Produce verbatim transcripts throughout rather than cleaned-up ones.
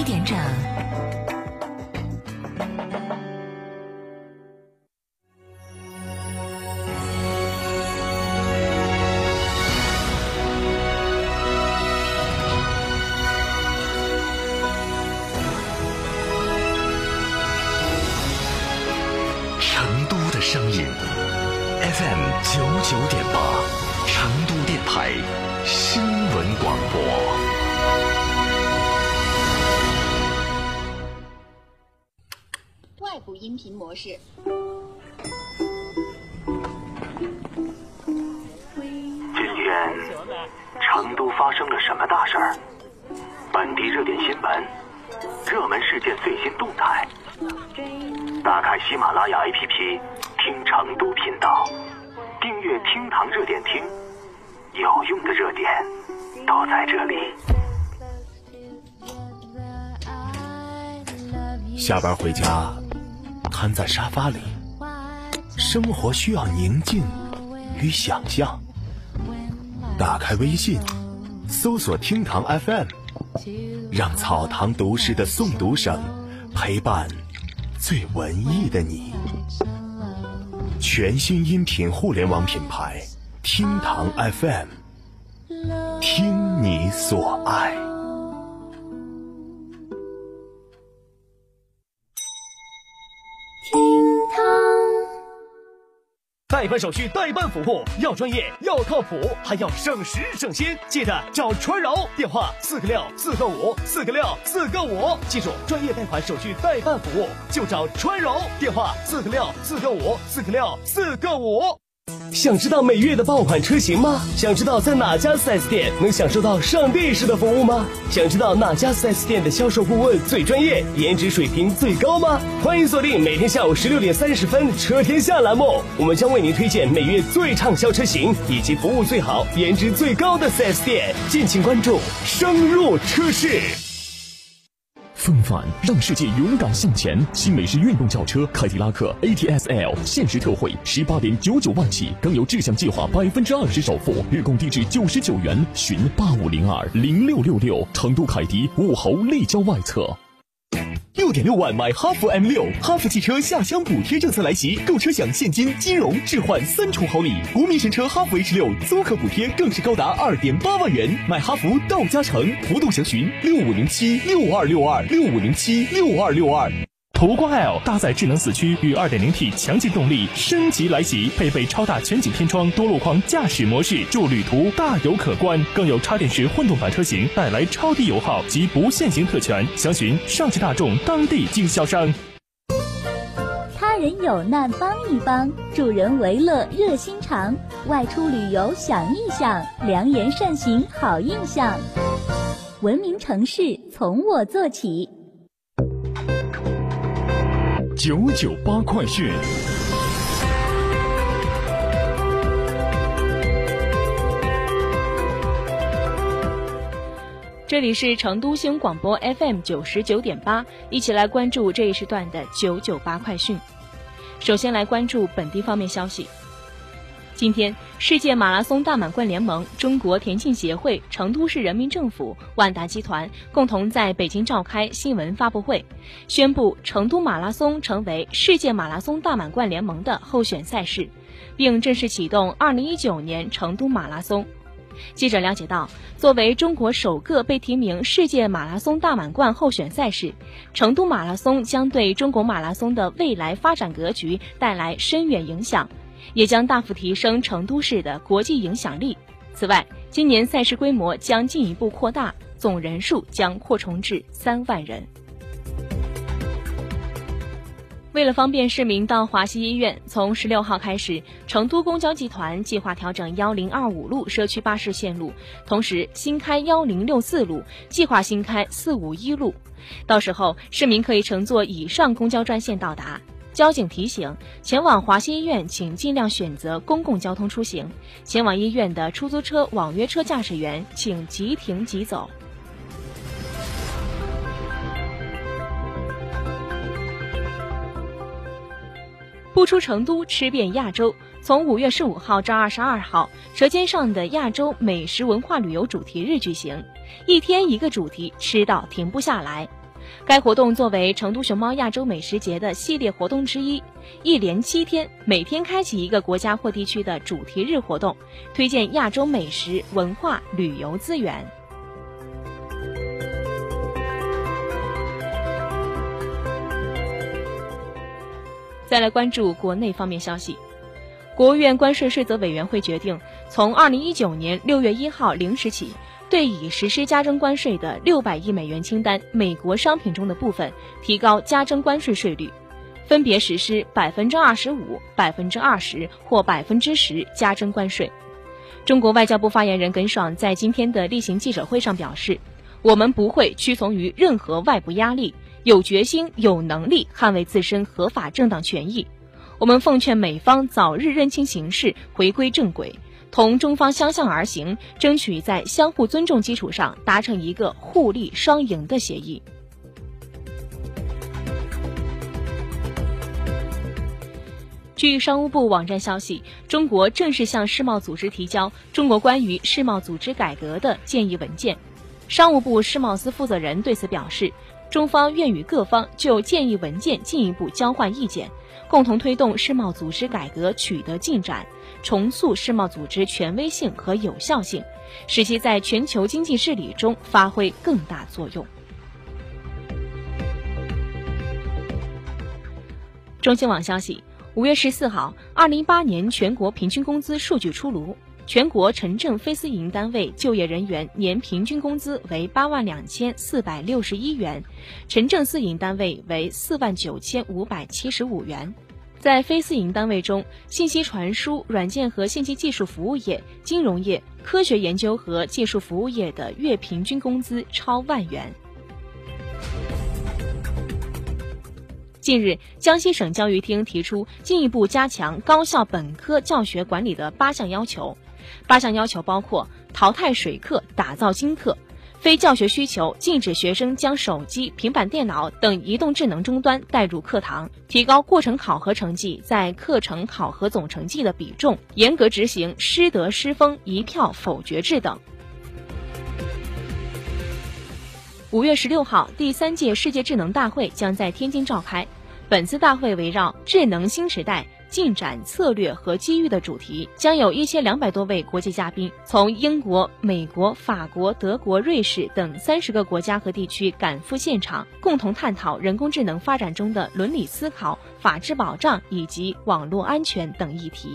一点整。 成都的声音 F M 九九点八，成都电台新闻广播。 外部音频模式。 今天成都发生了什么大事儿？本地热点新闻，热门事件最新动态。打开喜马拉雅 A P P， 听成都频道，订阅厅堂热点听，有用的热点都在这里。 下班回家，瘫在沙发里，生活需要宁静与想象。打开微信，搜索厅堂 F M， 让草堂读诗的诵读声陪伴最文艺的你。全新音频互联网品牌厅堂 F M， 听你所爱。 代办手续代办服务要专业要靠谱，还要省时省心，记得找川柔，电话四个六四个五四个六四个五，记住专业贷款手续代办服务就找川柔，电话四个六四个五四个六四个五。想知道每月的爆款车型吗？想知道在哪家 四 S 店能享受到上帝式的服务吗？想知道哪家 四 S 店的销售顾问最专业，颜值水平最高吗？欢迎锁定每天下午十六点三十分车天下栏目，我们将为您推荐每月最畅销车型以及服务最好、颜值最高的 四 S 店，敬请关注深入车市。 风范让世界勇敢向前，新美式运动轿车凯迪拉克 A T S L 限时特惠十八点九九万起，更有智享计划百分之二十首付，日供低至九十九元，询八五零二零六六六。成都凯迪武侯立交外侧。 六点六万买哈弗 M 六， 哈弗汽车下乡补贴政策来袭，购车享现金、金融、置换三重好礼。国民神车哈弗 H 六租客补贴更是高达二点八万元，买哈弗到家城，活动详询六五零七六二六二六五零七六二六二。 途观 L 搭载智能四驱与 二点零 T 强劲动力升级来袭，配备超大全景天窗、多路况驾驶模式，助旅途大有可观。更有插电式混动版车型带来超低油耗及不限行特权，详询上汽大众当地经销商。 他人有难帮一帮，助人为乐热心肠，外出旅游想一想，良言善行好印象。文明城市从我做起。 九九八快讯。 这里是成都新闻广播 F M 九十九点八，一起来关注这一时段的九九八快讯。首先来关注本地方面消息。今天，世界马拉松大满贯联盟、中国田径协会、成都市人民政府、万达集团共同在北京召开新闻发布会，宣布成都马拉松成为世界马拉松大满贯联盟的候选赛事，并正式启动二零一九年成都马拉松。记者了解到，作为中国首个被提名世界马拉松大满贯候选赛事，成都马拉松将对中国马拉松的未来发展格局带来深远影响，也将大幅提升成都市的国际影响力。此外，今年赛事规模将进一步扩大，总人数将扩充至三万人。为了方便市民到华西医院，从十六号开始，成都公交集团计划调整一零二五路社区巴士线路，同时新开一零六四路，计划新开四五一路。到时候，市民可以乘坐以上公交专线到达。交警提醒，前往华西医院请尽量选择公共交通出行，前往医院的出租车、网约车驾驶员请即停即走。不出成都，吃遍亚洲。从五月十五号至二十二号，舌尖上的亚洲美食文化旅游主题日举行，一天一个主题，吃到停不下来。 该活动作为成都熊猫亚洲美食节的系列活动之一，一连七天，每天开启一个国家或地区的主题日活动，推荐亚洲美食、文化、旅游资源。再来关注国内方面消息。国务院关税税则委员会决定，从二零一九年六月一号零时起，对已实施加征关税的六百亿美元清单美国商品中的部分提高加征关税税率，分别实施百分之二十五、百分之二十或百分之十加征关税。中国外交部发言人耿爽在今天的例行记者会上表示，我们不会屈从于任何外部压力，有决心、有能力捍卫自身合法正当权益。我们奉劝美方早日认清形势，回归正轨，同中方相向而行，争取在相互尊重基础上达成一个互利双赢的协议。据商务部网站消息，中国正式向世贸组织提交中国关于世贸组织改革的建议文件。商务部世贸司负责人对此表示，中方愿与各方就建议文件进一步交换意见，共同推动世贸组织改革取得进展，重塑世贸组织权威性和有效性，使其在全球经济治理中发挥更大作用。中新网消息，五月十四号，二零一八年全国平均工资数据出炉。全国城镇非私营单位就业人员年平均工资为八万两千四百六十一元，城镇私营单位为四万九千五百七十五元。在非私营单位中，信息传输、软件和信息技术服务业、金融业、科学研究和技术服务业的月平均工资超万元。近日，江西省教育厅提出进一步加强高校本科教学管理的八项要求。八项要求包括淘汰水课，打造精课；非教学需求，禁止学生将手机、平板电脑等移动智能终端带入课堂；提高过程考核成绩在课程考核总成绩的比重；严格执行师德师风一票否决制等。五月十六号，第三届世界智能大会将在天津召开。本次大会围绕智能新时代、进展、策略和机遇的主题，将有一千两百多位国际嘉宾从英国、美国、法国、德国、瑞士等三十个国家和地区赶赴现场，共同探讨人工智能发展中的伦理思考、法治保障以及网络安全等议题。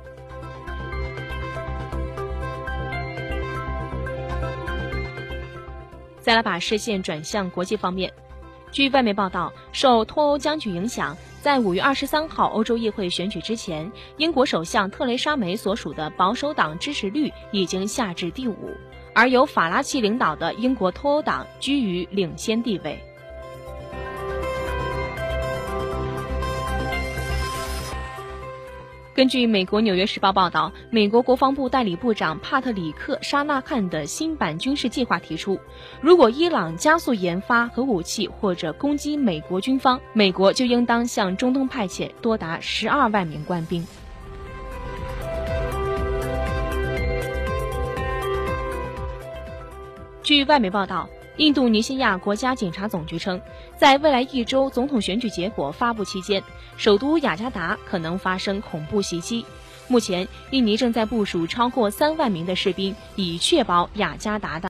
再来把视线转向国际方面。据外媒报道，受脱欧僵局影响，在五月二十三号欧洲议会选举之前，英国首相特蕾莎梅所属的保守党支持率已经下至第五，而由法拉奇领导的英国脱欧党居于领先地位。根据美国《纽约时报》报道，美国国防部代理部长帕特里克·沙纳汉的新版军事计划提出，如果伊朗加速研发核武器或者攻击美国军方，美国就应当向中东派遣多达十二万名官兵。据外媒报道，印度尼西亚国家警察总局称，在未来一周总统选举结果发布期间，首都雅加达可能发生恐怖袭击。目前，印尼正在部署超过三万名的士兵，以确保雅加达的